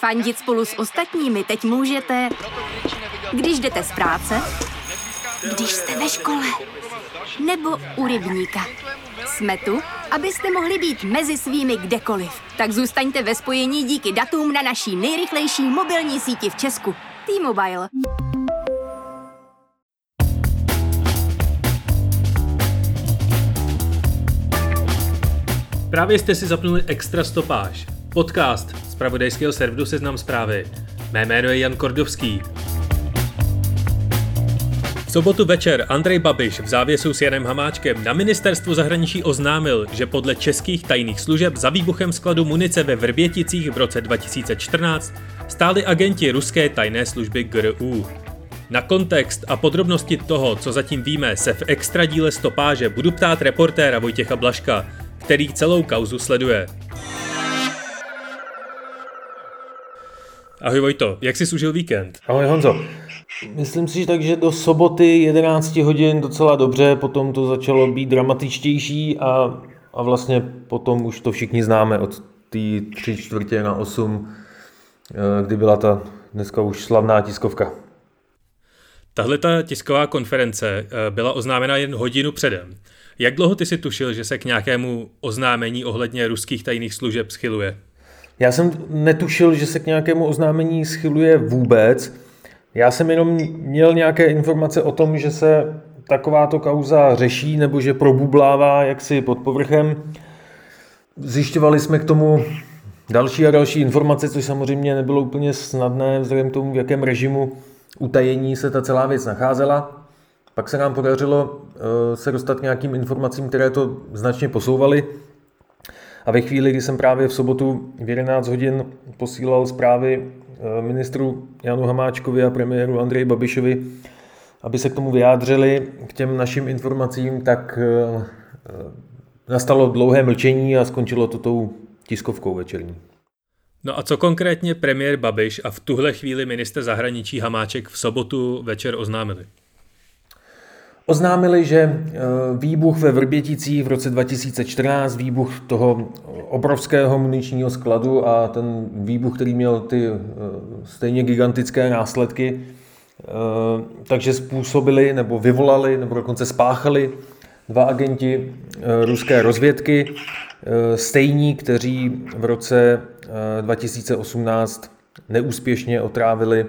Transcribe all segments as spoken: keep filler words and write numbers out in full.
Fandit spolu s ostatními teď můžete, když jdete z práce, když jste ve škole, nebo u rybníka. Jsme tu, abyste mohli být mezi svými kdekoliv. Tak zůstaňte ve spojení díky datům na naší nejrychlejší mobilní síti v Česku. T-Mobile. Právě jste si zapnuli Extra stopáž, podcast z zpravodajského serveru Seznam Zprávy. Mé jméno je Jan Kordovský. V sobotu večer Andrej Babiš v závěsu s Janem Hamáčkem na ministerstvu zahraničí oznámil, že podle českých tajných služeb za výbuchem skladu munice ve Vrběticích v roce dva tisíce čtrnáct stáli agenti ruské tajné služby G R U. Na kontext a podrobnosti toho, co zatím víme, se v extra díle stopáže budu ptát reportéra Vojtěcha Blažka, který celou kauzu sleduje. Ahoj Vojto, jak jsi užil víkend? Ahoj Honzo. Myslím si tak, že do soboty jedenáct hodin docela dobře, potom to začalo být dramatičtější a, a vlastně potom už to všichni známe od té tři čtvrtě na osm, kdy byla ta dneska už slavná tiskovka. Tahle ta tisková konference byla oznámena jen hodinu předem. Jak dlouho ty si tušil, že se k nějakému oznámení ohledně ruských tajných služeb schyluje? Já jsem netušil, že se k nějakému oznámení schyluje vůbec. Já jsem jenom měl nějaké informace o tom, že se takováto kauza řeší nebo že probublává jaksi pod povrchem. Zjišťovali jsme k tomu další a další informace, což samozřejmě nebylo úplně snadné vzhledem k tomu, v jakém režimu utajení se ta celá věc nacházela. Pak se nám podařilo se dostat k nějakým informacím, které to značně posouvaly. A ve chvíli, kdy jsem právě v sobotu v jedenáct hodin posílal zprávy ministru Janu Hamáčkovi a premiéru Andreji Babišovi, aby se k tomu vyjádřili, k těm našim informacím, tak nastalo dlouhé mlčení a skončilo to tou tiskovkou večerní. No a co konkrétně premiér Babiš a v tuhle chvíli ministr zahraničí Hamáček v sobotu večer oznámili? Oznámili, že výbuch ve Vrběticích v roce dva tisíce čtrnáct, výbuch toho obrovského muničního skladu a ten výbuch, který měl ty stejně gigantické následky, takže způsobili nebo vyvolali nebo dokonce spáchali dva agenti ruské rozvědky, stejní, kteří v roce dva tisíce osmnáct neúspěšně otrávili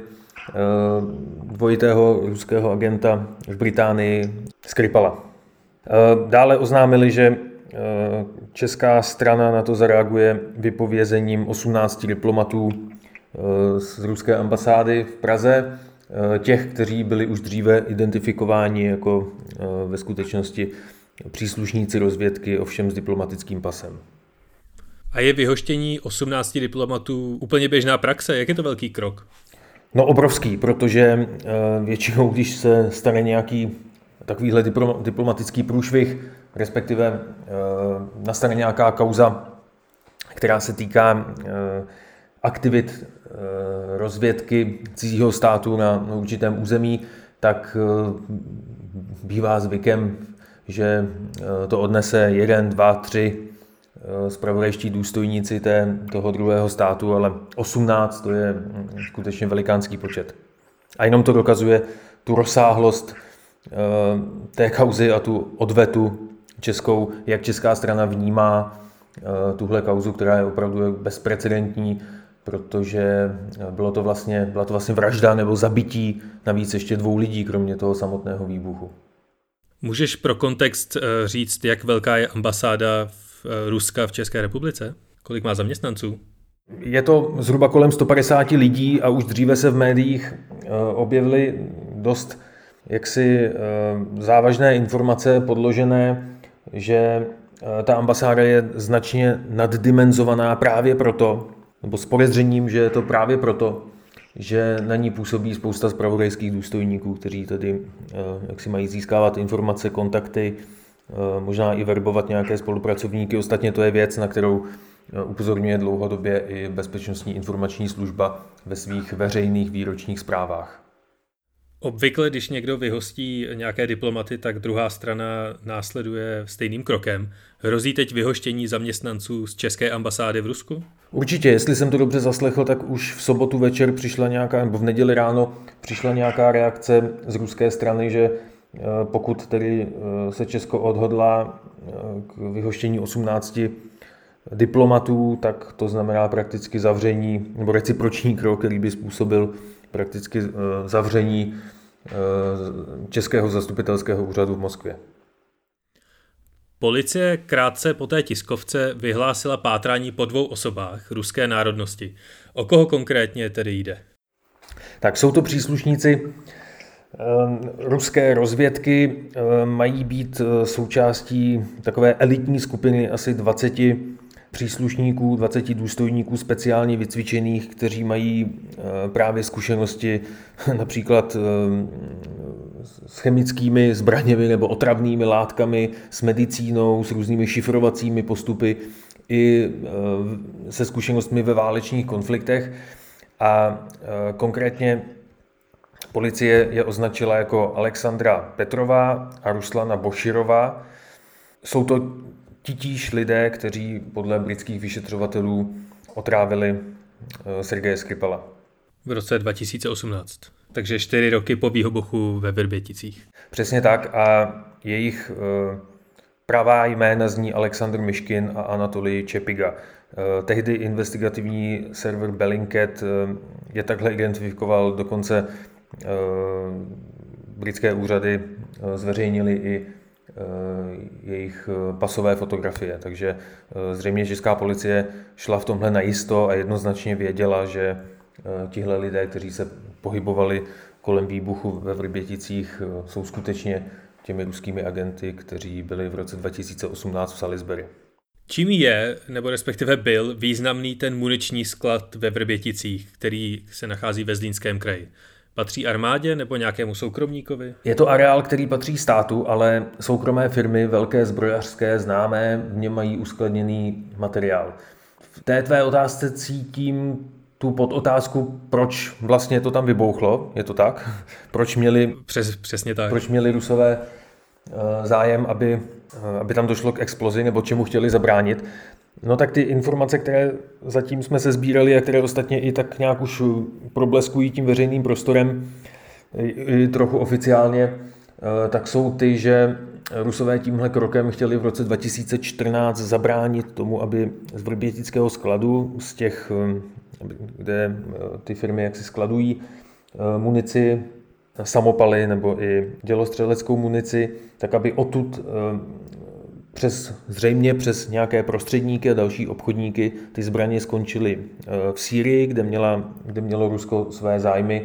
dvojitého ruského agenta v Británii Skripala. Dále oznámili, že česká strana na to zareaguje vypovězením osmnácti diplomatů z ruské ambasády v Praze, těch, kteří byli už dříve identifikováni jako ve skutečnosti příslušníci rozvědky, ovšem s diplomatickým pasem. A je vyhoštění osmnácti diplomatů úplně běžná praxe? Jak je to velký krok? No obrovský, protože většinou, když se stane nějaký takovýhle diplomatický průšvih, respektive nastane nějaká kauza, která se týká aktivit rozvědky cizího státu na určitém území, tak bývá zvykem, že to odnese jeden, dva, tři zpravodajští důstojníci té, toho druhého státu, ale osmnáct to je skutečně velikánský počet. A jenom to dokazuje tu rozsáhlost té kauzy a tu odvetu českou, jak česká strana vnímá tuhle kauzu, která je opravdu bezprecedentní, protože bylo to vlastně, byla to vlastně vražda nebo zabití navíc ještě dvou lidí, kromě toho samotného výbuchu. Můžeš pro kontext říct, jak velká je ambasáda Ruska v České republice? Kolik má zaměstnanců? Je to zhruba kolem sto padesát lidí a už dříve se v médiích objevily dost jaksi závažné informace podložené, že ta ambasáda je značně naddimenzovaná právě proto, nebo s podezřením, že je to právě proto, že na ní působí spousta zpravodajských důstojníků, kteří tedy jaksi mají získávat informace, kontakty, možná i verbovat nějaké spolupracovníky. Ostatně to je věc, na kterou upozorňuje dlouhodobě i Bezpečnostní informační služba ve svých veřejných výročních zprávách. Obvykle, když někdo vyhostí nějaké diplomaty, tak druhá strana následuje stejným krokem. Hrozí teď vyhoštění zaměstnanců z české ambasády v Rusku? Určitě, jestli jsem to dobře zaslechl, tak už v sobotu večer přišla nějaká, nebo v neděli ráno přišla nějaká reakce z ruské strany, že pokud tedy se Česko odhodlá k vyhoštění osmnácti diplomatů, tak to znamená prakticky zavření, nebo reciproční krok, který by způsobil prakticky zavření Českého zastupitelského úřadu v Moskvě. Policie krátce po té tiskovce vyhlásila pátrání po dvou osobách ruské národnosti. O koho konkrétně tedy jde? Tak jsou to příslušníci ruské rozvědky, mají být součástí takové elitní skupiny asi dvaceti příslušníků, dvaceti důstojníků speciálně vycvičených, kteří mají právě zkušenosti například s chemickými zbraněmi nebo otravnými látkami, s medicínou, s různými šifrovacími postupy i se zkušenostmi ve válečných konfliktech. A konkrétně policie je označila jako Alexandra Petrová a Ruslana Boširová. Jsou to titíž lidé, kteří podle britských vyšetřovatelů otrávili Sergeje Skripala. V roce dva tisíce osmnáct, takže čtyři roky po výbuchu ve Vrběticích. Přesně tak a jejich pravá jména zní Alexandr Myškin a Anatolij Čepiga. Tehdy investigativní server Bellingcat je takhle identifikoval, dokonce britské úřady zveřejnili i jejich pasové fotografie, takže zřejmě česká policie šla v tomhle najisto a jednoznačně věděla, že tihle lidé, kteří se pohybovali kolem výbuchu ve Vrběticích, jsou skutečně těmi ruskými agenty, kteří byli v roce dva tisíce osmnáct v Salisbury. Čím je, nebo respektive byl, významný ten muniční sklad ve Vrběticích, který se nachází ve Zlínském kraji? Patří armádě nebo nějakému soukromníkovi? Je to areál, který patří státu, ale soukromé firmy, velké zbrojařské, známé, v něm mají uskladněný materiál. V té tvé otázce cítím tu podotázku, proč vlastně to tam vybouchlo, je to tak? Proč měli, Přes, přesně tak. Proč měli Rusové zájem, aby, aby tam došlo k explozi, nebo čemu chtěli zabránit? No tak ty informace, které zatím jsme se sbírali a které ostatně i tak nějak už probleskují tím veřejným prostorem i trochu oficiálně, tak jsou ty, že Rusové tímhle krokem chtěli v roce dva tisíce čtrnáct zabránit tomu, aby z vrbětického skladu, z těch, kde ty firmy jaksi skladují munici, samopaly nebo i dělostřeleckou munici, tak aby odtud přes, zřejmě přes nějaké prostředníky a další obchodníky ty zbraně skončily v Sýrii, kde, měla, kde mělo Rusko své zájmy.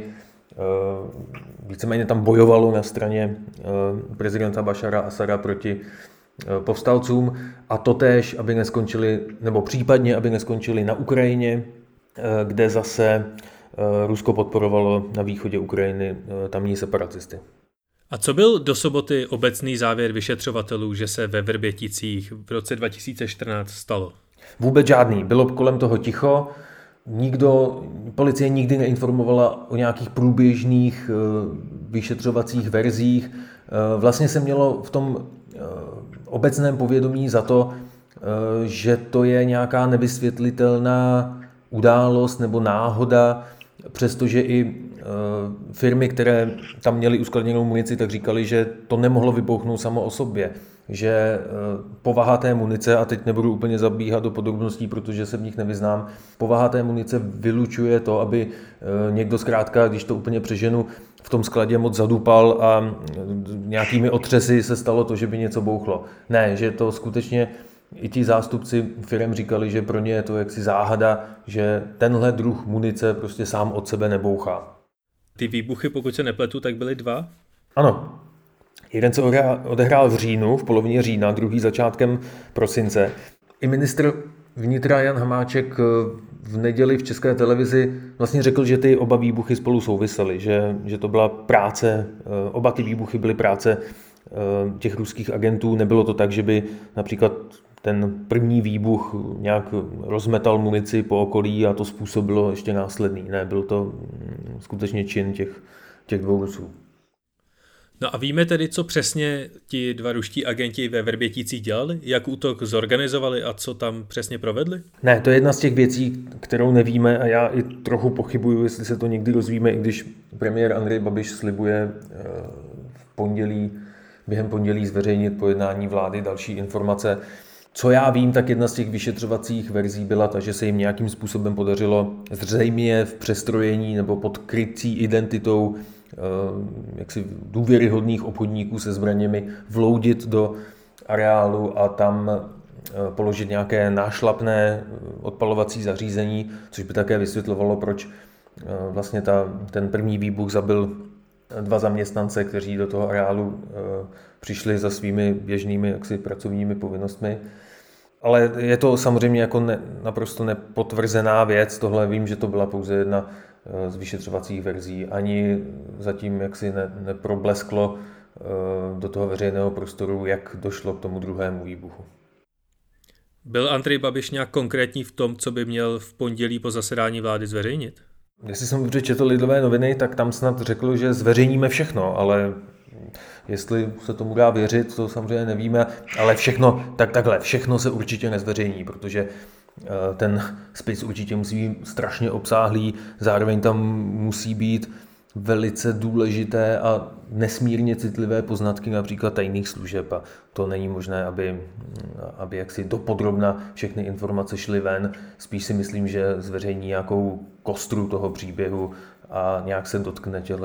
Víceméně tam bojovalo na straně prezidenta Bašara Asada proti povstalcům a totéž, aby neskončili, nebo případně, aby neskončili na Ukrajině, kde zase Rusko podporovalo na východě Ukrajiny tamní separatisty. A co byl do soboty obecný závěr vyšetřovatelů, že se ve Vrběticích v roce dva tisíce čtrnáct stalo? Vůbec žádný. Bylo kolem toho ticho. Nikdo, policie nikdy neinformovala o nějakých průběžných vyšetřovacích verzích. Vlastně se mělo v tom obecném povědomí za to, že to je nějaká nevysvětlitelná událost nebo náhoda, přestože i firmy, které tam měly uskladněnou munici, tak říkali, že to nemohlo vybuchnout samo o sobě. Že povaha té munice, a teď nebudu úplně zabíhat do podrobností, protože se v nich nevyznám, povaha té munice vylučuje to, aby někdo zkrátka, když to úplně přeženu, v tom skladě moc zadupal a nějakými otřesy se stalo to, že by něco bouchlo. Ne, že to skutečně i ti zástupci firem říkali, že pro ně je to jaksi záhada, že tenhle druh munice prostě sám od sebe nebouchá. Ty výbuchy, pokud se nepletu, tak byly dva? Ano. Jeden se odehrál v říjnu, v polovině října, druhý začátkem prosince. I ministr vnitra Jan Hamáček v neděli v České televizi vlastně řekl, že ty oba výbuchy spolu souvisely, že, že to byla práce, oba ty výbuchy byly práce těch ruských agentů. Nebylo to tak, že by například ten první výbuch nějak rozmetal munici po okolí a to způsobilo ještě následný. Ne, byl to skutečně čin těch, těch dvou Rusů. No a víme tedy, co přesně ti dva ruští agenti ve Vrběticích dělali? Jak útok zorganizovali a co tam přesně provedli? Ne, to je jedna z těch věcí, kterou nevíme a já i trochu pochybuju, jestli se to někdy dozvíme, i když premiér Andrej Babiš slibuje v pondělí, během pondělí zveřejnit po jednání vlády další informace. Co já vím, tak jedna z těch vyšetřovacích verzí byla ta, že se jim nějakým způsobem podařilo zřejmě v přestrojení nebo pod krycí identitou jaksi důvěryhodných obchodníků se zbraněmi vloudit do areálu a tam položit nějaké nášlapné odpalovací zařízení, což by také vysvětlovalo, proč vlastně ta, ten první výbuch zabil dva zaměstnance, kteří do toho areálu přišli za svými běžnými jaksi pracovními povinnostmi. Ale je to samozřejmě jako ne, naprosto nepotvrzená věc. Tohle vím, že to byla pouze jedna z vyšetřovacích verzí. Ani zatím jaksi ne, neproblesklo do toho veřejného prostoru, jak došlo k tomu druhému výbuchu. Byl Andrej Babiš nějak konkrétní v tom, co by měl v pondělí po zasedání vlády zveřejnit? Jestli jsem dobře četl Lidové noviny, tak tam snad řekl, že zveřejníme všechno, ale jestli se tomu dá věřit, to samozřejmě nevíme, ale všechno, tak takhle, všechno se určitě nezveřejní, protože ten spis určitě musí být strašně obsáhlý, zároveň tam musí být velice důležité a nesmírně citlivé poznatky například tajných služeb a to není možné, aby, aby jaksi dopodrobna všechny informace šly ven. Spíš si myslím, že zveřejní nějakou kostru toho příběhu a nějak se dotkne těch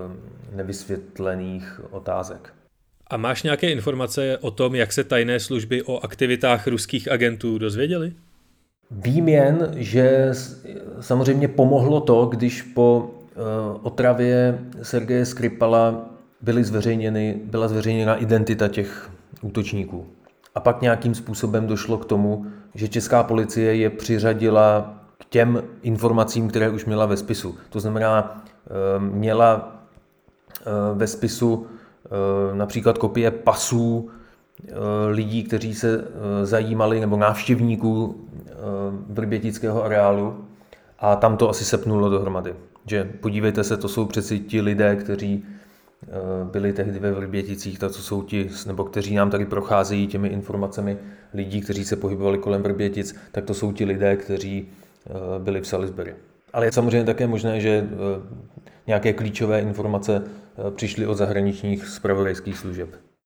nevysvětlených otázek. A máš nějaké informace o tom, jak se tajné služby o aktivitách ruských agentů dozvěděly? Vím jen, že samozřejmě pomohlo to, když po otravě Sergeje Skripala byly zveřejněny, byla zveřejněna identita těch útočníků. A pak nějakým způsobem došlo k tomu, že česká policie je přiřadila k těm informacím, které už měla ve spisu. To znamená, měla ve spisu například kopie pasů lidí, kteří se zajímali, nebo návštěvníků vrbětického areálu a tam to asi sepnulo dohromady. Že podívejte se, to jsou přeci ti lidé, kteří byli tehdy ve Vrběticích, tak to jsou ti, nebo kteří nám tady procházejí těmi informacemi lidí, kteří se pohybovali kolem Vrbětic, tak to jsou ti lidé, kteří byli v Salisbury. Ale je samozřejmě také možné, že nějaké klíčové informace přišly od zahraničních zpravodajských služeb.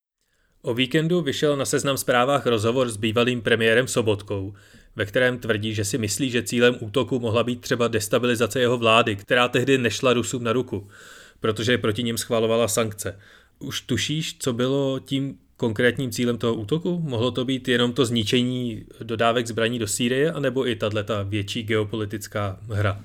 O víkendu vyšel na Seznam Zprávách rozhovor s bývalým premiérem Sobotkou, ve kterém tvrdí, že si myslí, že cílem útoku mohla být třeba destabilizace jeho vlády, která tehdy nešla Rusům na ruku, protože proti nim schvalovala sankce. Už tušíš, co bylo tím konkrétním cílem toho útoku? Mohlo to být jenom to zničení dodávek zbraní do Sýrie, anebo i tato větší geopolitická hra?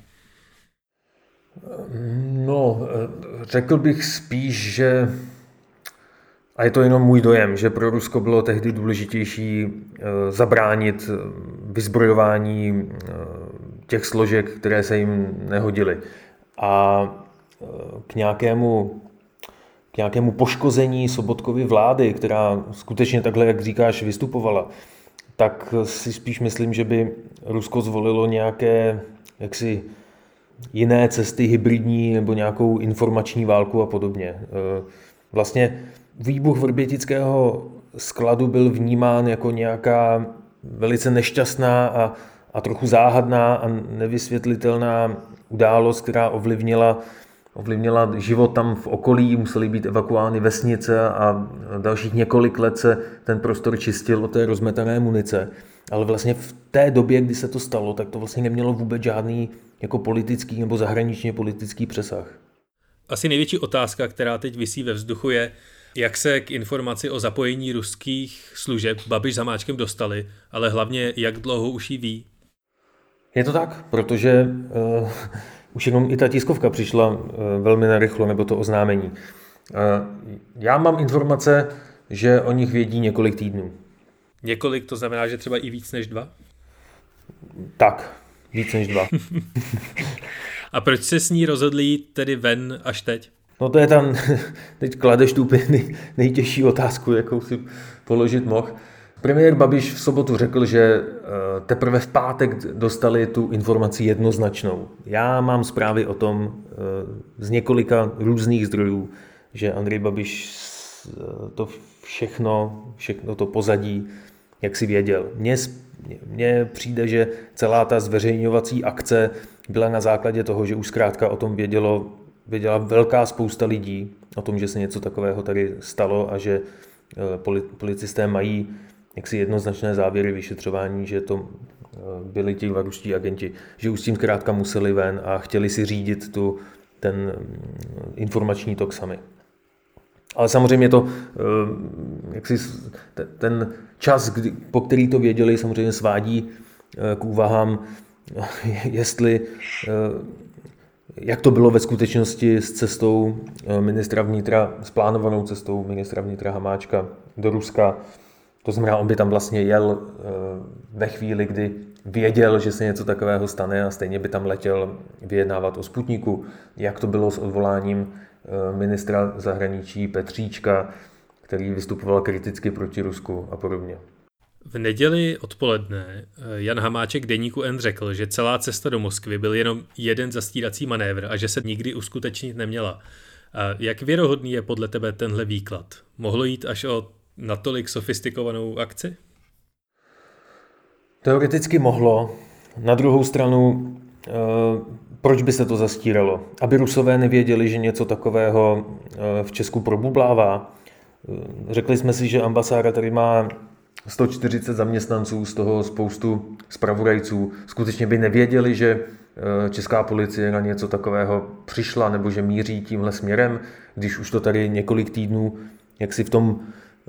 No, řekl bych spíš, že, a je to jenom můj dojem, že pro Rusko bylo tehdy důležitější zabránit vyzbrojování těch složek, které se jim nehodily. A k nějakému, k nějakému poškození Sobotkovy vlády, která skutečně takhle, jak říkáš, vystupovala, tak si spíš myslím, že by Rusko zvolilo nějaké jaksi jiné cesty hybridní nebo nějakou informační válku a podobně. Vlastně výbuch vrbětického skladu byl vnímán jako nějaká velice nešťastná a, a trochu záhadná a nevysvětlitelná událost, která ovlivnila, ovlivnila život tam v okolí, musely být evakuovány vesnice a dalších několik let se ten prostor čistil od té rozmetané munice. Ale vlastně v té době, kdy se to stalo, tak to vlastně nemělo vůbec žádný jako politický nebo zahraničně politický přesah. Asi největší otázka, která teď visí ve vzduchu, je, jak se k informaci o zapojení ruských služeb Babiš s Hamáčkem dostali, ale hlavně, jak dlouho už ji ví. Je to tak, protože uh, už jenom i ta tiskovka přišla uh, velmi narychlo, nebo to oznámení. Uh, já mám informace, že o nich vědí několik týdnů. Několik, to znamená, že třeba i víc než dva? Tak, víc než dva. A proč se s ní rozhodli jít tedy ven až teď? No to je tam, teď kladeš tu nej, nejtěžší otázku, jakou si položit mohl. Premiér Babiš v sobotu řekl, že teprve v pátek dostali tu informaci jednoznačnou. Já mám zprávy o tom z několika různých zdrojů, že Andrej Babiš to všechno, všechno to pozadí, jak si věděl. Mně, mně přijde, že celá ta zveřejňovací akce byla na základě toho, že už zkrátka o tom vědělo, věděla velká spousta lidí, o tom, že se něco takového tady stalo a že policisté mají jaksi jednoznačné závěry vyšetřování, že to byli ti ruští agenti, že už s tím zkrátka museli ven a chtěli si řídit tu, ten informační tok sami. Ale samozřejmě to, jaksi ten čas, kdy, po který to věděli, samozřejmě svádí k úvahám, jestli, jak to bylo ve skutečnosti s cestou ministra vnitra, s plánovanou cestou ministra vnitra Hamáčka do Ruska. To znamená, on by tam vlastně jel ve chvíli, kdy věděl, že se něco takového stane a stejně by tam letěl vyjednávat o Sputniku. Jak to bylo s odvoláním ministra zahraničí Petříčka, který vystupoval kriticky proti Rusku a podobně. V neděli odpoledne Jan Hamáček deníku N řekl, že celá cesta do Moskvy byl jenom jeden zastírací manévr a že se nikdy uskutečnit neměla. A jak věrohodný je podle tebe tenhle výklad? Mohlo jít až o natolik sofistikovanou akci? Teoreticky mohlo. Na druhou stranu, proč by se to zastíralo? Aby Rusové nevěděli, že něco takového v Česku probublává. Řekli jsme si, že ambasáda tady má sto čtyřicet zaměstnanců, z toho spoustu zpravodajců. Skutečně by nevěděli, že česká policie na něco takového přišla nebo že míří tímhle směrem, když už to tady několik týdnů jak si v tom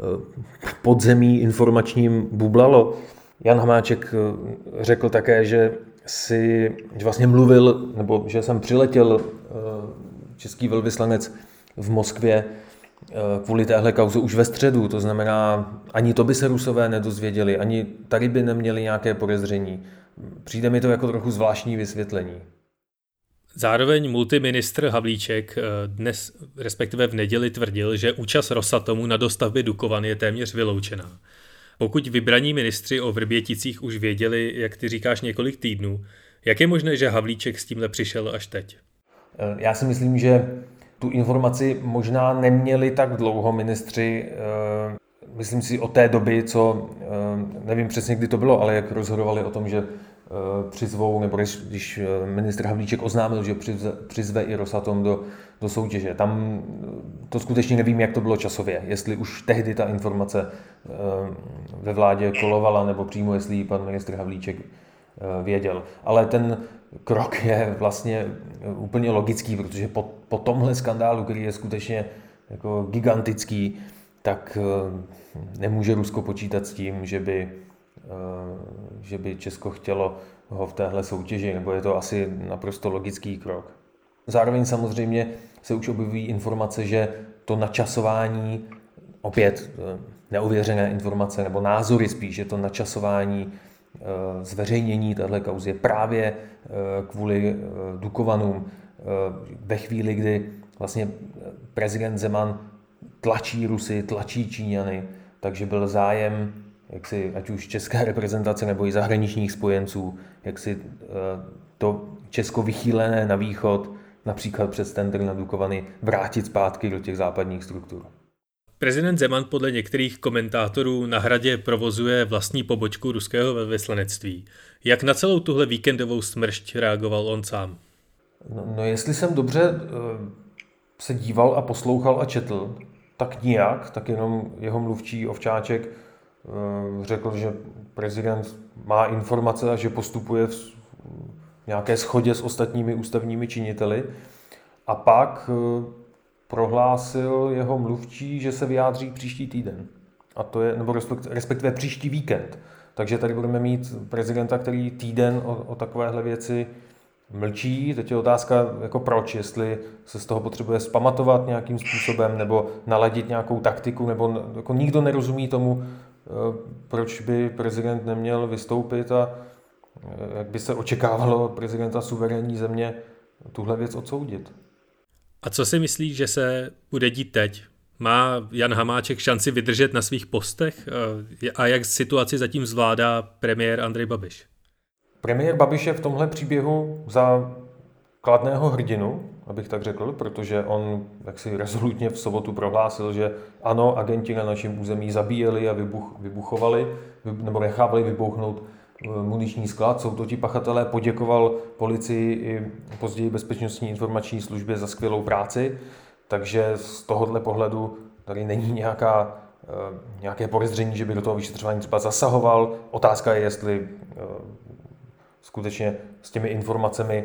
podzemí informačním bublalo. Jan Hamáček řekl také, že si že vlastně mluvil, nebo že jsem přiletěl český velvyslanec v Moskvě kvůli téhle kauze už ve středu, to znamená, ani to by se Rusové nedozvěděli, ani tady by neměli nějaké podezření. Přijde mi to jako trochu zvláštní vysvětlení. Zároveň multiministr Havlíček dnes, respektive v neděli, tvrdil, že účast Rosatomu na dostavbě Dukovan je téměř vyloučená. Pokud vybraní ministři o Vrběticích už věděli, jak ty říkáš, několik týdnů, jak je možné, že Havlíček s tímhle přišel až teď? Já si myslím, že tu informaci možná neměli tak dlouho ministři, myslím si od té doby, co, nevím přesně, kdy to bylo, ale jak rozhodovali o tom, že přizvou, nebo když ministr Havlíček oznámil, že přizve, přizve i Rosatom do, do soutěže. Tam to skutečně nevím, jak to bylo časově, jestli už tehdy ta informace ve vládě kolovala, nebo přímo jestli ji pan ministr Havlíček věděl. Ale ten krok je vlastně úplně logický, protože po, po tomhle skandálu, který je skutečně jako gigantický, tak nemůže Rusko počítat s tím, že by, že by Česko chtělo ho v téhle soutěži, nebo je to asi naprosto logický krok. Zároveň samozřejmě se už objevují informace, že to načasování, opět neuvěřené informace, nebo názory spíš, že to načasování zveřejnění téhle kauzy právě kvůli Dukovanům ve chvíli, kdy vlastně prezident Zeman tlačí Rusy, tlačí Číňany, takže byl zájem, jak si, ať už české reprezentace nebo i zahraničních spojenců, jak si to Česko vychýlené na východ, například přes tender na Dukovany, vrátit zpátky do těch západních struktur. Prezident Zeman podle některých komentátorů na Hradě provozuje vlastní pobočku ruského velvyslanectví. Jak na celou tuhle víkendovou smršť reagoval on sám? No, no jestli jsem dobře uh, se díval a poslouchal a četl, tak nijak, tak jenom jeho mluvčí Ovčáček uh, řekl, že prezident má informace a že postupuje v nějaké shodě s ostatními ústavními činiteli. A pak uh, prohlásil jeho mluvčí, že se vyjádří příští týden. A to je, nebo respektive příští víkend. Takže tady budeme mít prezidenta, který týden o, o takovéhle věci mlčí. Teď je otázka, jako proč, jestli se z toho potřebuje zpamatovat nějakým způsobem, nebo naladit nějakou taktiku, nebo jako nikdo nerozumí tomu, proč by prezident neměl vystoupit a jak by se očekávalo od prezidenta suverénní země tuhle věc odsoudit. A co si myslíš, že se bude dít teď? Má Jan Hamáček šanci vydržet na svých postech? A jak situaci zatím zvládá premiér Andrej Babiš? Premiér Babiš je v tomhle příběhu za kladného hrdinu, abych tak řekl, protože on jaksi rezolutně v sobotu prohlásil, že ano, agenti na našem území zabíjeli a vybuch, vybuchovali, nebo nechávali vybouchnout muniční sklad. Jsou to ti pachatelé, poděkoval policii i později Bezpečnostní informační službě za skvělou práci, takže z tohohle pohledu tady není nějaká, nějaké podezření, že by do toho vyšetřování třeba zasahoval. Otázka je, jestli skutečně s těmi informacemi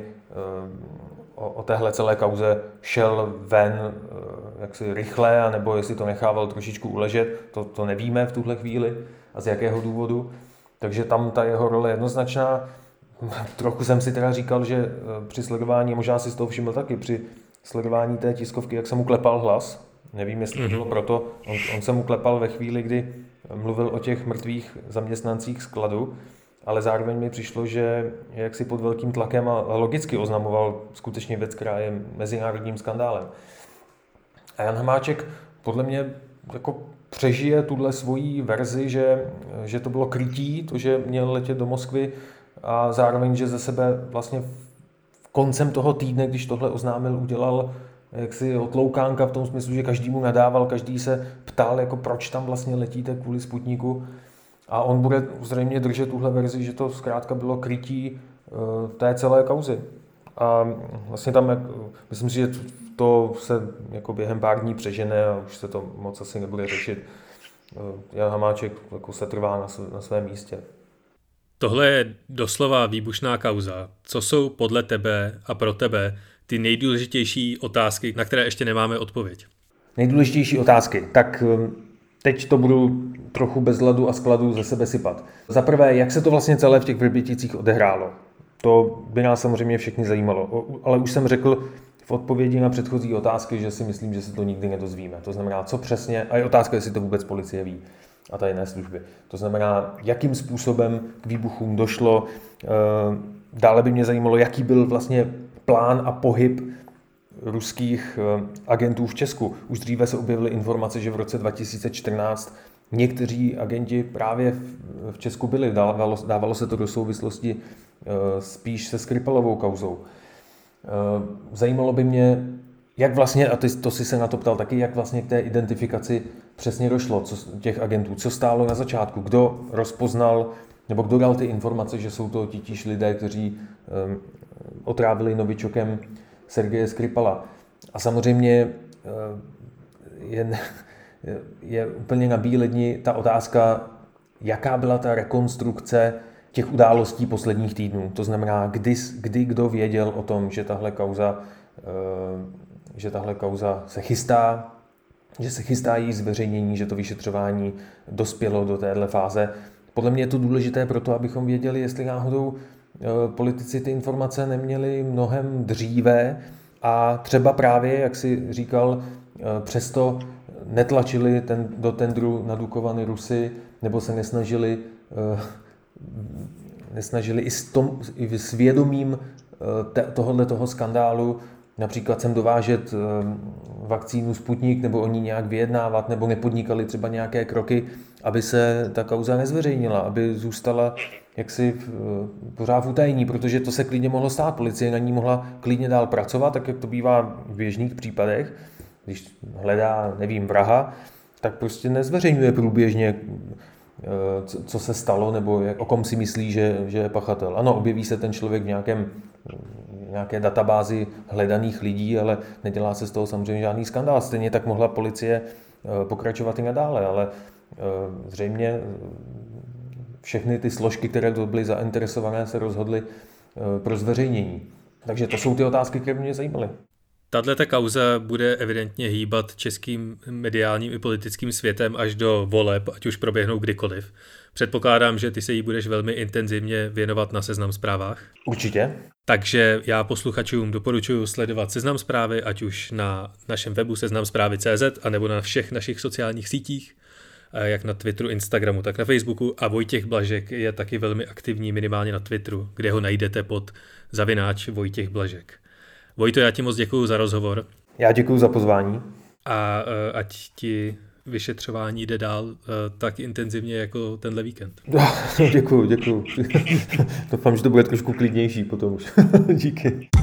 o, o téhle celé kauze šel ven jaksi rychle, anebo jestli to nechával trošičku uležet, to, to nevíme v tuhle chvíli a z jakého důvodu. Takže tam ta jeho role je jednoznačná. Trochu jsem si teda říkal, že při sledování, možná si z toho všiml taky, při sledování té tiskovky, jak se mu klepal hlas. Nevím, jestli to bylo proto. On, on se mu klepal ve chvíli, kdy mluvil o těch mrtvých zaměstnancích skladu, ale zároveň mi přišlo, že jak si pod velkým tlakem a logicky oznamoval skutečně věc, která je mezinárodním skandálem. A Jan Hamáček podle mě jako přežije tuhle svoji verzi, že, že to bylo krytí, to, že měl letět do Moskvy a zároveň, že ze sebe vlastně v koncem toho týdne, když tohle oznámil, udělal jaksi otloukánka v tom smyslu, že každý mu nadával, každý se ptal, jako proč tam vlastně letíte kvůli Sputniku. A on bude zřejmě držet tuhle verzi, že to zkrátka bylo krytí té celé kauzy. A vlastně tam, myslím si, že to se jako během pár dní přežene a už se to moc asi nebude řešit. Jan Hamáček jako se trvá na, na svém místě. Tohle je doslova výbušná kauza. Co jsou podle tebe a pro tebe ty nejdůležitější otázky, na které ještě nemáme odpověď? Nejdůležitější otázky. Tak teď to budu trochu bez ladu a skladu ze sebe sypat. Za prvé, jak se to vlastně celé v těch Vrběticích odehrálo? To by nás samozřejmě všechny zajímalo. Ale už jsem řekl v odpovědi na předchozí otázky, že si myslím, že se to nikdy nedozvíme. To znamená, co přesně, a je otázka, jestli to vůbec policie ví a tajné služby. To znamená, jakým způsobem k výbuchům došlo. Dále by mě zajímalo, jaký byl vlastně plán a pohyb ruských agentů v Česku. Už dříve se objevily informace, že v roce dva tisíce čtrnáct někteří agenti právě v Česku byli. Dávalo, dávalo se to do souvislosti spíš se Skripalovou kauzou. Zajímalo by mě, jak vlastně, a ty, to si se na to ptal taky, jak vlastně k té identifikaci přesně došlo, co těch agentů, co stálo na začátku, kdo rozpoznal, nebo kdo dal ty informace, že jsou to titíž lidé, kteří um, otrávili novičokem Sergeje Skripala. A samozřejmě uh, je, je úplně na bíledni ta otázka, jaká byla ta rekonstrukce těch událostí posledních týdnů. To znamená, kdy, kdy kdo věděl o tom, že tahle kauza, že tahle kauza se chystá, že se chystá její zveřejnění, že to vyšetřování dospělo do téhle fáze. Podle mě je to důležité proto, abychom věděli, jestli náhodou politici ty informace neměli mnohem dříve a třeba právě, jak si říkal, přesto netlačili ten, do tendru nadukovaný Rusy, nebo se nesnažili nesnažili i s, tom, i s vědomím tohohle toho skandálu například sem dovážet vakcínu Sputnik nebo o ní nějak vyjednávat, nebo nepodnikali třeba nějaké kroky, aby se ta kauza nezveřejnila, aby zůstala jaksi pořád v utajení, protože to se klidně mohlo stát. Policie na ní mohla klidně dál pracovat, tak jak to bývá v běžných případech, když hledá, nevím, vraha, tak prostě nezveřejňuje průběžně, co, co se stalo, nebo jak, o kom si myslí, že, že je pachatel. Ano, objeví se ten člověk v nějakém, nějaké databázi hledaných lidí, ale nedělá se z toho samozřejmě žádný skandál. Stejně tak mohla policie pokračovat i nadále, ale zřejmě všechny ty složky, které byly zainteresované, se rozhodly pro zveřejnění. Takže to jsou ty otázky, které mě zajímaly. Tato kauza bude evidentně hýbat českým mediálním i politickým světem až do voleb, ať už proběhnou kdykoliv. Předpokládám, že ty se jí budeš velmi intenzivně věnovat na Seznam Zprávách. Určitě. Takže já posluchačům doporučuji sledovat Seznam Zprávy, ať už na našem webu seznam zprávy tečka cé zet, anebo na všech našich sociálních sítích, jak na Twitteru, Instagramu, tak na Facebooku. A Vojtěch Blažek je taky velmi aktivní minimálně na Twitteru, kde ho najdete pod zavináč Vojtěch Blažek. Vojto, já ti moc děkuju za rozhovor. Já děkuju za pozvání. A ať ti vyšetřování jde dál tak intenzivně jako tenhle víkend. Děkuju, děkuju. Doufám, že to bude trošku klidnější potom už. Díky.